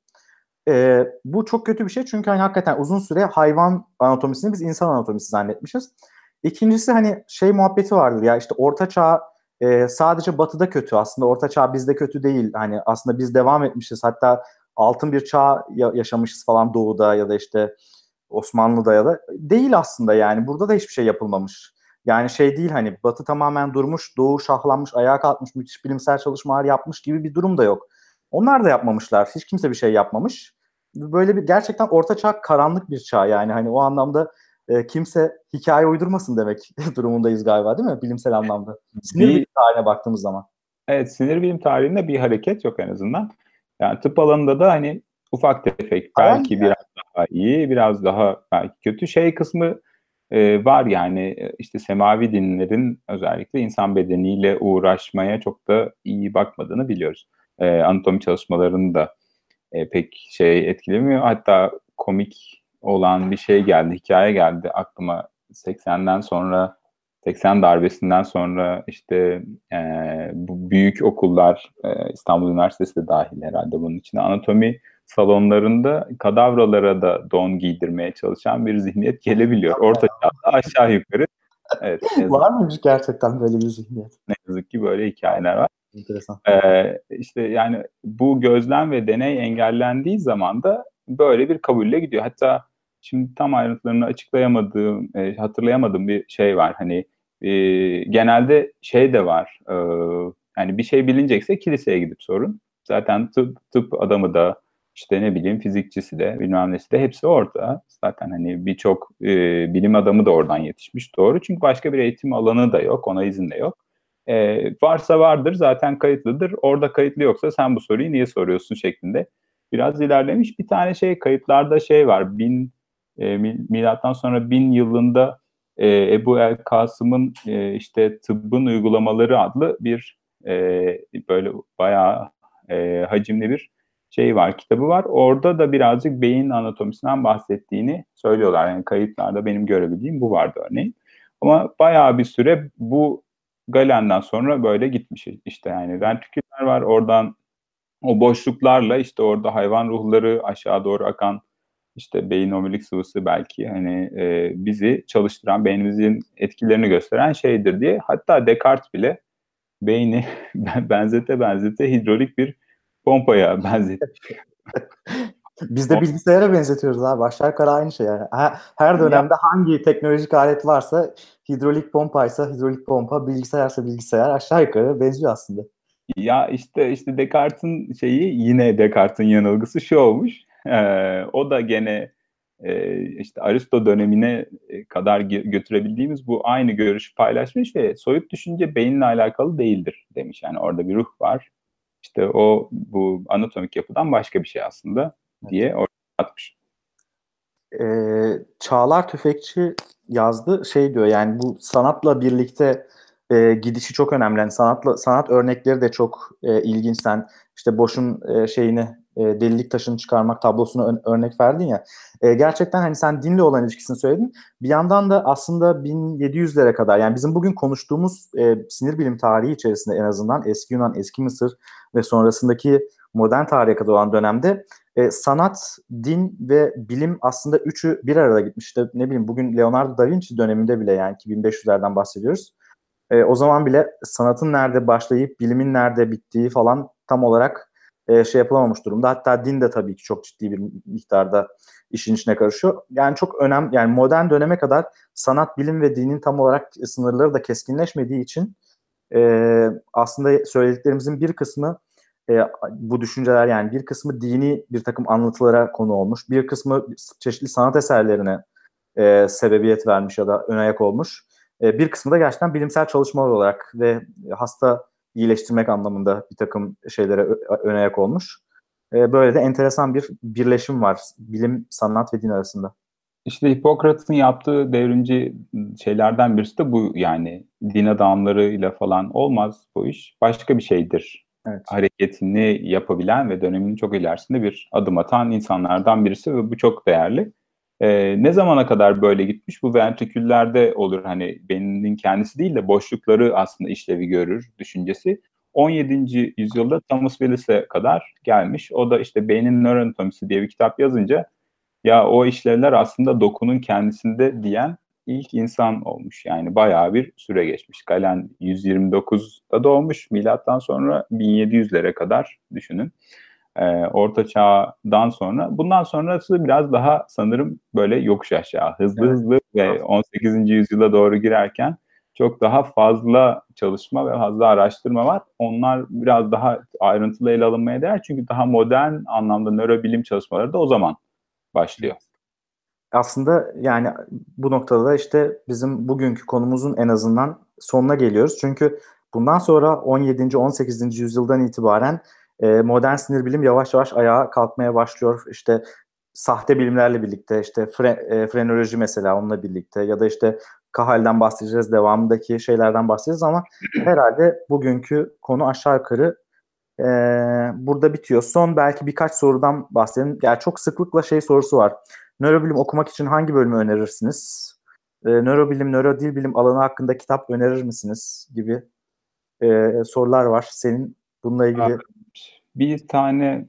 S2: Ee, bu çok kötü bir şey çünkü hani hakikaten uzun süre hayvan anatomisini biz insan anatomisi zannetmişiz. İkincisi hani şey muhabbeti vardır ya işte Orta Çağ e, sadece Batı'da kötü, aslında Orta Çağ bizde kötü değil. Hani aslında biz devam etmişiz, hatta altın bir çağ yaşamışız falan Doğu'da ya da işte Osmanlı'da ya da değil aslında, yani burada da hiçbir şey yapılmamış. Yani şey değil, hani Batı tamamen durmuş, Doğu şahlanmış, ayağa kalkmış, müthiş bilimsel çalışmalar yapmış gibi bir durum da yok. Onlar da yapmamışlar. Hiç kimse bir şey yapmamış. Böyle bir gerçekten Orta Çağ karanlık bir çağ, yani hani o anlamda e, kimse hikaye uydurmasın demek durumundayız galiba, değil mi? Bilimsel anlamda. Sinir
S3: Bir
S2: bilim tarihine baktığımız zaman.
S3: Evet, sinir bilim tarihinde bir hareket yok en azından. Yani tıp alanında da hani ufak tefek,
S2: Hayal mi
S3: belki
S2: yani?
S3: biraz daha iyi, biraz daha belki kötü şey kısmı e, var yani e, işte semavi dinlerin özellikle insan bedeniyle uğraşmaya çok da iyi bakmadığını biliyoruz. E, anatomi çalışmalarını da e, pek şey etkilemiyor. Hatta komik olan bir şey geldi, hikaye geldi aklıma seksenden sonra, seksen darbesinden sonra işte e, bu büyük okullar, e, İstanbul Üniversitesi de dahil herhalde bunun içine, anatomi salonlarında kadavralara da don giydirmeye çalışan bir zihniyet gelebiliyor. Orta çağda aşağı yukarı. Evet, ne yazık,
S2: Var mıymış gerçekten böyle bir zihniyet?
S3: ne yazık ki böyle hikayeler var.
S2: Enteresan.
S3: Ee, işte yani bu gözlem ve deney engellendiği zaman da böyle bir kabulle gidiyor. Hatta şimdi tam ayrıntılarını açıklayamadığım, e, hatırlayamadığım bir şey var. Hani e, genelde şey de var. E, yani bir şey bilinecekse kiliseye gidip sorun. Zaten tıp, tıp adamı da işte ne bileyim fizikçisi de bilmem nesi de hepsi orada. Zaten hani birçok e, bilim adamı da oradan yetişmiş. Doğru. Çünkü başka bir eğitim alanı da yok. Ona izin de yok. E, varsa vardır, zaten kayıtlıdır. Orada kayıtlı yoksa sen bu soruyu niye soruyorsun şeklinde biraz ilerlemiş. Bir tane şey kayıtlarda şey var. Bin e, milattan sonra bin yılında e, Ebu el Kasım'ın e, işte tıbbın uygulamaları adlı bir e, böyle bayağı e, hacimli bir şey var, kitabı var. Orada da birazcık beyin anatomisinden bahsettiğini söylüyorlar. Yani kayıtlarda benim görebildiğim bu vardı örneğin. Ama bayağı bir süre bu Galen'den sonra böyle gitmiş işte, yani ventriküller var, oradan o boşluklarla işte orada hayvan ruhları, aşağı doğru akan işte beyin omurilik sıvısı belki hani e, bizi çalıştıran, beynimizin etkilerini gösteren şeydir diye. Hatta Descartes bile beyni benzete benzete hidrolik bir pompaya benzet.
S2: Biz de bilgisayara benzetiyoruz abi. Aşağı yukarı aynı şey yani. Her, her dönemde hangi teknolojik alet varsa hidrolik pompaysa hidrolik pompa, bilgisayarsa bilgisayar aşağı yukarı benziyor aslında.
S3: Ya işte işte Descartes'in şeyi yine Descartes'in yanılgısı şu olmuş. Ee, o da gene e, işte Aristo dönemine kadar götürebildiğimiz bu aynı görüşü paylaşmış ve soyut düşünce beyinle alakalı değildir demiş. Yani orada bir ruh var. İşte o bu anatomik yapıdan başka bir şey aslında diye ortaya atmış.
S2: Ee, Çağlar Tüfekçi yazdı şey diyor yani bu sanatla birlikte e, gidişi çok önemli. Yani sanatla sanat örnekleri de çok e, ilginç. Sen işte Boş'un e, şeyini e, delilik taşını çıkarmak tablosunu ön, örnek verdin ya. E, gerçekten hani sen dinle olan ilişkisini söyledin. Bir yandan da aslında bin yedi yüzlere kadar yani bizim bugün konuştuğumuz e, sinir bilim tarihi içerisinde en azından eski Yunan, eski Mısır ve sonrasındaki modern tarihe kadar olan dönemde E, sanat, din ve bilim aslında üçü bir arada gitmişti. Ne bileyim bugün Leonardo da Vinci döneminde bile yani iki bin beş yüzlerden bahsediyoruz. E, o zaman bile sanatın nerede başlayıp bilimin nerede bittiği falan tam olarak e, şey yapılamamış durumda. Hatta din de tabii ki çok ciddi bir miktarda işin içine karışıyor. Yani çok önemli yani modern döneme kadar sanat, bilim ve dinin tam olarak sınırları da keskinleşmediği için e, aslında söylediklerimizin bir kısmı e, bu düşünceler yani bir kısmı dini bir takım anlatılara konu olmuş. Bir kısmı çeşitli sanat eserlerine e, sebebiyet vermiş ya da ön ayak olmuş. E, bir kısmı da gerçekten bilimsel çalışmalar olarak ve hasta iyileştirmek anlamında bir takım şeylere ön ayak olmuş. E, böyle de enteresan bir birleşim var bilim, sanat ve din arasında.
S3: İşte Hipokrat'ın yaptığı devrimci şeylerden birisi de bu yani din adamlarıyla falan olmaz bu iş. Başka bir şeydir.
S2: Evet.
S3: Hareketini yapabilen ve döneminin çok ilerisinde bir adım atan insanlardan birisi ve bu çok değerli. Ee, ne zamana kadar böyle gitmiş? Bu ventriküllerde olur hani beyninin kendisi değil de boşlukları aslında işlevi görür düşüncesi. on yedinci yüzyılda Thomas Willis'e kadar gelmiş. O da işte Beynin Nöroanatomisi diye bir kitap yazınca ya o işlevler aslında dokunun kendisinde diyen ilk insan olmuş. Yani bayağı bir süre geçmiş. Galen yüz yirmi dokuzda doğmuş. Milattan sonra bin yedi yüzlere kadar düşünün. Ee, Orta Çağ'dan sonra. Bundan sonrası biraz daha sanırım böyle yokuş aşağı. Hızlı
S2: Evet.
S3: hızlı ve on sekizinci yüzyıla doğru girerken çok daha fazla çalışma ve fazla araştırma var. Onlar biraz daha ayrıntılı ele alınmaya değer. Çünkü daha modern anlamda nörobilim çalışmaları da o zaman başlıyor.
S2: Aslında yani bu noktada da işte bizim bugünkü konumuzun en azından sonuna geliyoruz. Çünkü bundan sonra on yedinci on sekizinci yüzyıldan itibaren e, modern sinir bilim yavaş yavaş ayağa kalkmaya başlıyor. İşte sahte bilimlerle birlikte işte fre, e, frenoloji mesela onunla birlikte ya da işte Kahal'den bahsedeceğiz, devamındaki şeylerden bahsedeceğiz ama herhalde bugünkü konu aşağı yukarı e, burada bitiyor. Son belki birkaç sorudan bahsedelim. Yani çok sıklıkla şey sorusu var. Nörobilim okumak için hangi bölümü önerirsiniz? E, nörobilim, nörodil bilim alanı hakkında kitap önerir misiniz? Gibi e, sorular var. Senin bununla ilgili...
S3: Bir tane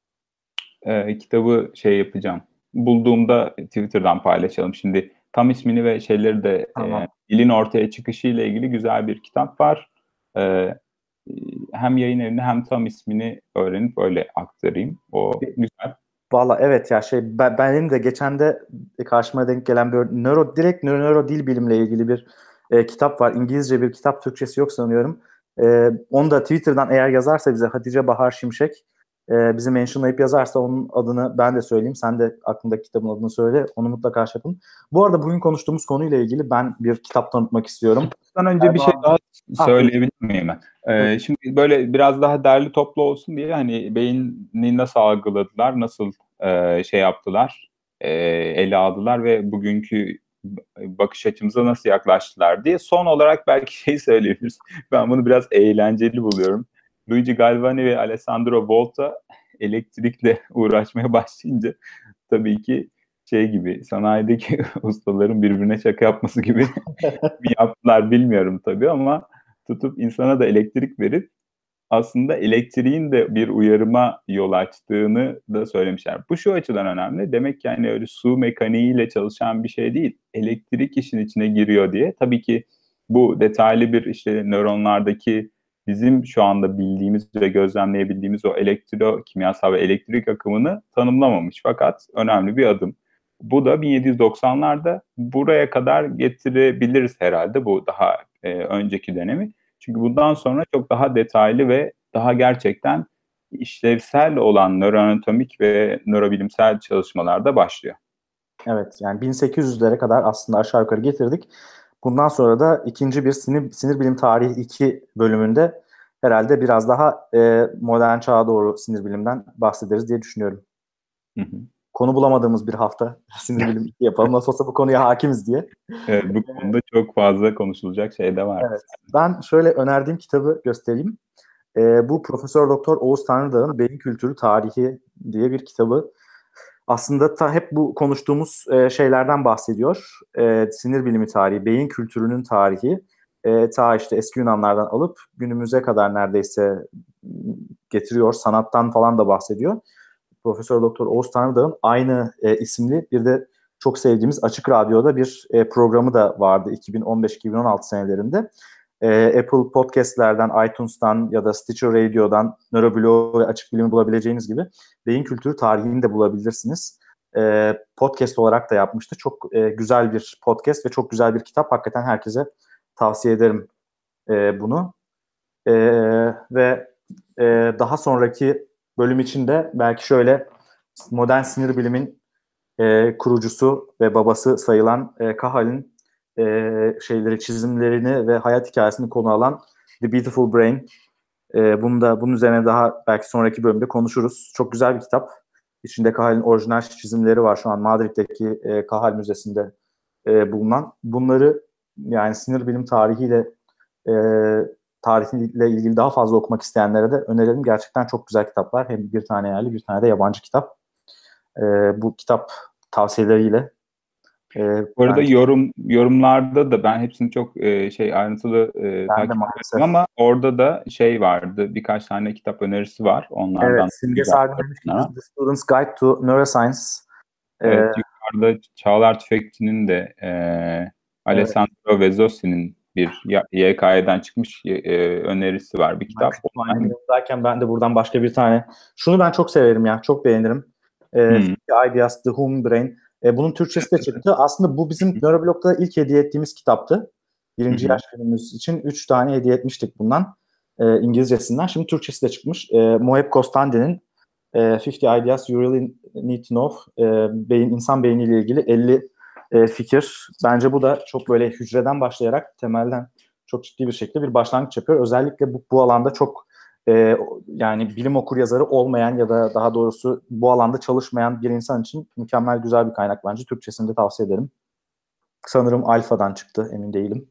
S3: e, kitabı şey yapacağım. Bulduğumda Twitter'dan paylaşalım. Şimdi tam ismini ve şeyleri de
S2: Tamam.
S3: e, dilin ortaya çıkışı ile ilgili güzel bir kitap var. E, hem yayın evinde hem tam ismini öğrenip öyle aktarayım. O güzel.
S2: Valla evet ya şey ben, benim de geçen de karşıma denk gelen bir nöro direkt nöro, nöro dil bilimle ilgili bir e, kitap var. İngilizce bir kitap, Türkçesi yok sanıyorum. E, onu da Twitter'dan eğer yazarsa bize Hatice Bahar Şimşek e, bizi mentionlayıp yazarsa onun adını ben de söyleyeyim. Sen de aklındaki kitabın adını söyle. Onu mutlaka şey yapın. Bu arada bugün konuştuğumuz konuyla ilgili ben bir kitap tanıtmak istiyorum.
S3: Bundan önce bir şey daha söyleyebilir miyim ben? Ee, şimdi böyle biraz daha derli toplu olsun diye hani beyni nasıl algıladılar, nasıl e, şey yaptılar, e, ele aldılar ve bugünkü bakış açımıza nasıl yaklaştılar diye son olarak belki şey söyleyebiliriz. Ben bunu biraz eğlenceli buluyorum. Luigi Galvani ve Alessandro Volta elektrikle uğraşmaya başlayınca tabii ki şey gibi sanayideki ustaların birbirine şaka yapması gibi mi yaptılar bilmiyorum tabii ama tutup insana da elektrik verip aslında elektriğin de bir uyarıma yol açtığını da söylemişler. Bu şu açıdan önemli. Demek ki yani öyle su mekaniğiyle çalışan bir şey değil. Elektrik işin içine giriyor diye. Tabii ki bu detaylı bir işte nöronlardaki bizim şu anda bildiğimiz ve gözlemleyebildiğimiz o elektrokimyasal ve elektrik akımını tanımlamamış. Fakat önemli bir adım. Bu da bin yedi yüz doksanlarda buraya kadar getirebiliriz herhalde, bu daha e, önceki dönemi. Çünkü bundan sonra çok daha detaylı ve daha gerçekten işlevsel olan nöroanatomik ve nörobilimsel çalışmalar da başlıyor.
S2: Evet, yani bin sekiz yüzlere kadar aslında aşağı yukarı getirdik. Bundan sonra da ikinci bir sinir, sinir bilim tarihi iki bölümünde herhalde biraz daha e, modern çağa doğru sinir bilimden bahsederiz diye düşünüyorum.
S3: Hı hı.
S2: Konu bulamadığımız bir hafta sinir bilim iki yapalım. Nasıl olsa bu konuya hakimiz diye.
S3: Evet, bu konuda çok fazla konuşulacak şey de var.
S2: Evet. Ben şöyle önerdiğim kitabı göstereyim. E, bu Profesör Doktor Oğuz Tanrıdağ'ın Beyin Kültürü Tarihi diye bir kitabı. Aslında ta hep bu konuştuğumuz e, şeylerden bahsediyor. E, sinir bilimi tarihi, beyin kültürünün tarihi. E, ta işte eski Yunanlardan alıp günümüze kadar neredeyse getiriyor. Sanattan falan da bahsediyor. Profesör Doktor Oğuz Tanrıdağ'ın aynı e, isimli bir de çok sevdiğimiz Açık Radyo'da bir e, programı da vardı iki bin on beş iki bin on altı senelerinde. E, Apple Podcast'lerden, iTunes'tan ya da Stitcher Radio'dan Nöroblog ve Açık Bilim'i bulabileceğiniz gibi beyin kültürü tarihini de bulabilirsiniz. E, podcast olarak da yapmıştı. Çok e, güzel bir podcast ve çok güzel bir kitap. Hakikaten herkese tavsiye ederim e, bunu. E, ve e, daha sonraki bölüm için de belki şöyle modern sinir bilimin e, kurucusu ve babası sayılan e, Cahal'in e, şeyleri, çizimlerini ve hayat hikayesini konu alan The Beautiful Brain. E, bunu da bunun üzerine daha belki sonraki bölümde konuşuruz. Çok güzel bir kitap. İçinde Cahal'in orijinal çizimleri var şu an Madrid'deki e, Cahal Müzesi'nde e, bulunan. Bunları yani sinir bilim tarihiyle e, tarihiyle ilgili daha fazla okumak isteyenlere de önerelim. Gerçekten çok güzel kitaplar. Hem bir tane yerli, bir tane de yabancı kitap. E, bu kitap tavsiyeleriyle e,
S3: Bu arada
S2: ben,
S3: yorum yorumlarda da ben hepsini çok e, şey ayrıntılı e,
S2: ben de
S3: takip
S2: maalesef.
S3: etmedim ama orada da şey vardı, birkaç tane kitap önerisi var. Onlardan
S2: Evet, Simge
S3: güzel
S2: Sargın demiş ki
S3: yorumlar.
S2: The Student's Guide to Neuroscience.
S3: Evet,
S2: Ee,
S3: yukarıda Çağlar Tüfekçi'nin de e, Alessandro Vezzosi'nin bir ya- Y K Y'den çıkmış e, önerisi var, bir
S2: Ben
S3: kitap.
S2: kütüphanenin yanındayken ben de buradan başka bir tane. Şunu ben çok severim ya. Çok beğenirim. Ee,
S3: Hmm.
S2: Ideas, The Human Brain. Ee, bunun Türkçesi de çıktı. Aslında bu bizim Nöroblog'da ilk hediye ettiğimiz kitaptı. Birinci
S3: Hı hı.
S2: yaş günümüz için üç tane hediye etmiştik bundan. Ee, İngilizcesinden. Şimdi Türkçesi de çıkmış. Ee, Moheb Kostandi'nin e, elli Ideas You Really Need to Know. E, beyin, insan beyniyle ilgili elli e, fikir. Bence bu da çok böyle hücreden başlayarak temelden çok ciddi bir şekilde bir başlangıç yapıyor. Özellikle bu, bu alanda çok e, yani bilim okuryazarı olmayan ya da daha doğrusu bu alanda çalışmayan bir insan için mükemmel güzel bir kaynak bence. Türkçesini de tavsiye ederim. Sanırım Alfa'dan çıktı, emin değilim.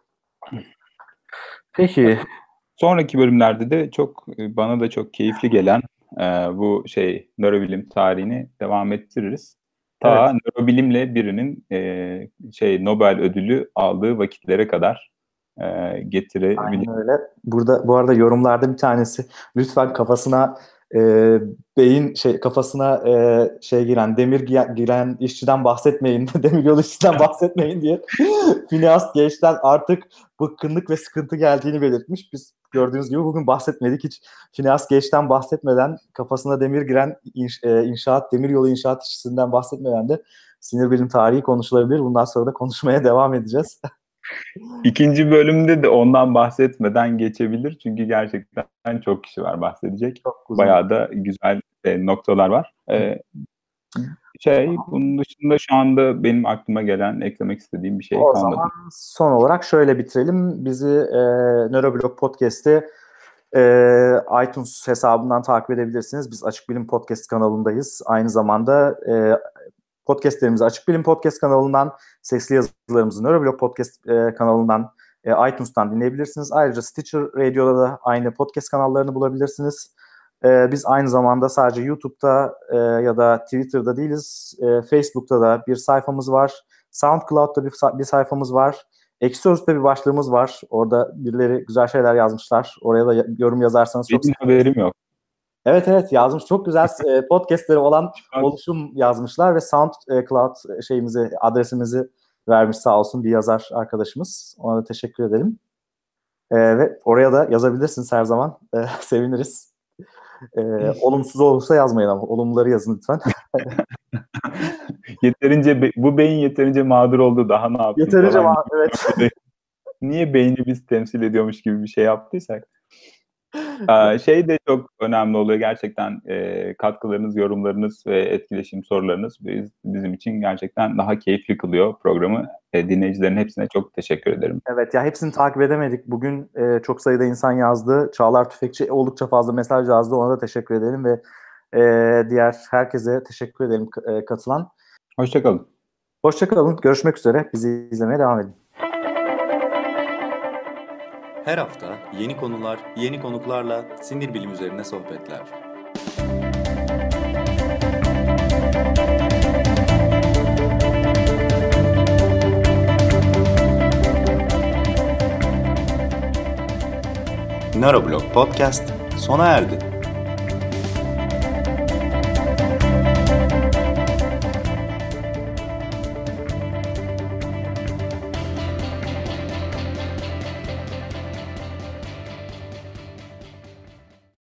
S2: Peki.
S3: Sonraki bölümlerde de çok bana da çok keyifli gelen e, bu şey nörobilim tarihini devam ettiririz. Ta
S2: Evet.
S3: nörobilimle birinin e, şey Nobel ödülü aldığı vakitlere kadar e, getirebilir.
S2: Aynen öyle. Burada bu arada yorumlarda bir tanesi lütfen kafasına e, beyin şey kafasına e, şey giren demir giyen, giren işçiden bahsetmeyin, demir yolu işçiden bahsetmeyin diye Phineas Gage'den artık bıkkınlık ve sıkıntı geldiğini belirtmiş. Biz gördüğünüz gibi bugün bahsetmedik hiç. Phineas Gage'den bahsetmeden, kafasına demir giren inş, e, inşaat demir yolu inşaat işçisinden bahsetmeden de sinir bilim tarihi konuşulabilir. Bundan sonra da konuşmaya devam edeceğiz.
S3: İkinci bölümde de ondan bahsetmeden geçebilir. Çünkü gerçekten çok kişi var bahsedecek.
S2: Çok uzun.
S3: Bayağı da güzel e, noktalar var. E, şey bunun dışında şu anda benim aklıma gelen, eklemek istediğim bir şey
S2: O
S3: kalmadı.
S2: zaman son olarak şöyle bitirelim. Bizi e, Nöroblog Podcast'i e, iTunes hesabından takip edebilirsiniz. Biz Açık Bilim Podcast kanalındayız. Aynı zamanda e, podcastlerimizi Açık Bilim Podcast kanalından, sesli yazılarımızı Nöroblog Podcast e, kanalından, e, iTunes'tan dinleyebilirsiniz. Ayrıca Stitcher Radio'da da aynı podcast kanallarını bulabilirsiniz. E, biz aynı zamanda sadece YouTube'da e, ya da Twitter'da değiliz. E, Facebook'ta da bir sayfamız var. SoundCloud'da bir, bir sayfamız var. Ekşi Sözlük'te bir başlığımız var. Orada birileri güzel şeyler yazmışlar. Oraya da yorum yazarsanız çok
S3: Benim haberim yok.
S2: Evet evet yazmış. Çok güzel e, podcastleri olan oluşum yazmışlar ve SoundCloud şeyimizi, adresimizi vermiş sağ olsun bir yazar arkadaşımız. Ona da teşekkür edelim. E, ve oraya da yazabilirsiniz her zaman. E, seviniriz. E, olumsuz olursa yazmayın ama olumluları yazın lütfen.
S3: Yeterince be- bu beyin yeterince mağdur oldu, daha ne yapsın
S2: Yeterince
S3: falan.
S2: ma- evet.
S3: Niye beyni biz temsil ediyormuş gibi bir şey yaptıysak. Ee, şey de çok önemli oluyor gerçekten, e, katkılarınız, yorumlarınız ve etkileşim sorularınız biz, bizim için gerçekten daha keyifli kılıyor programı. E, dinleyicilerin hepsine çok teşekkür ederim.
S2: Evet ya, hepsini takip edemedik. Bugün e, çok sayıda insan yazdı. Çağlar Tüfekçi oldukça fazla mesaj yazdı. Ona da teşekkür edelim ve e, diğer herkese teşekkür edelim e, katılan.
S3: Hoşçakalın.
S2: Hoşçakalın. Görüşmek üzere. Bizi izlemeye devam edin.
S1: Her hafta yeni konular, yeni konuklarla sinir bilim üzerine sohbetler. Neuroblog Podcast sona erdi.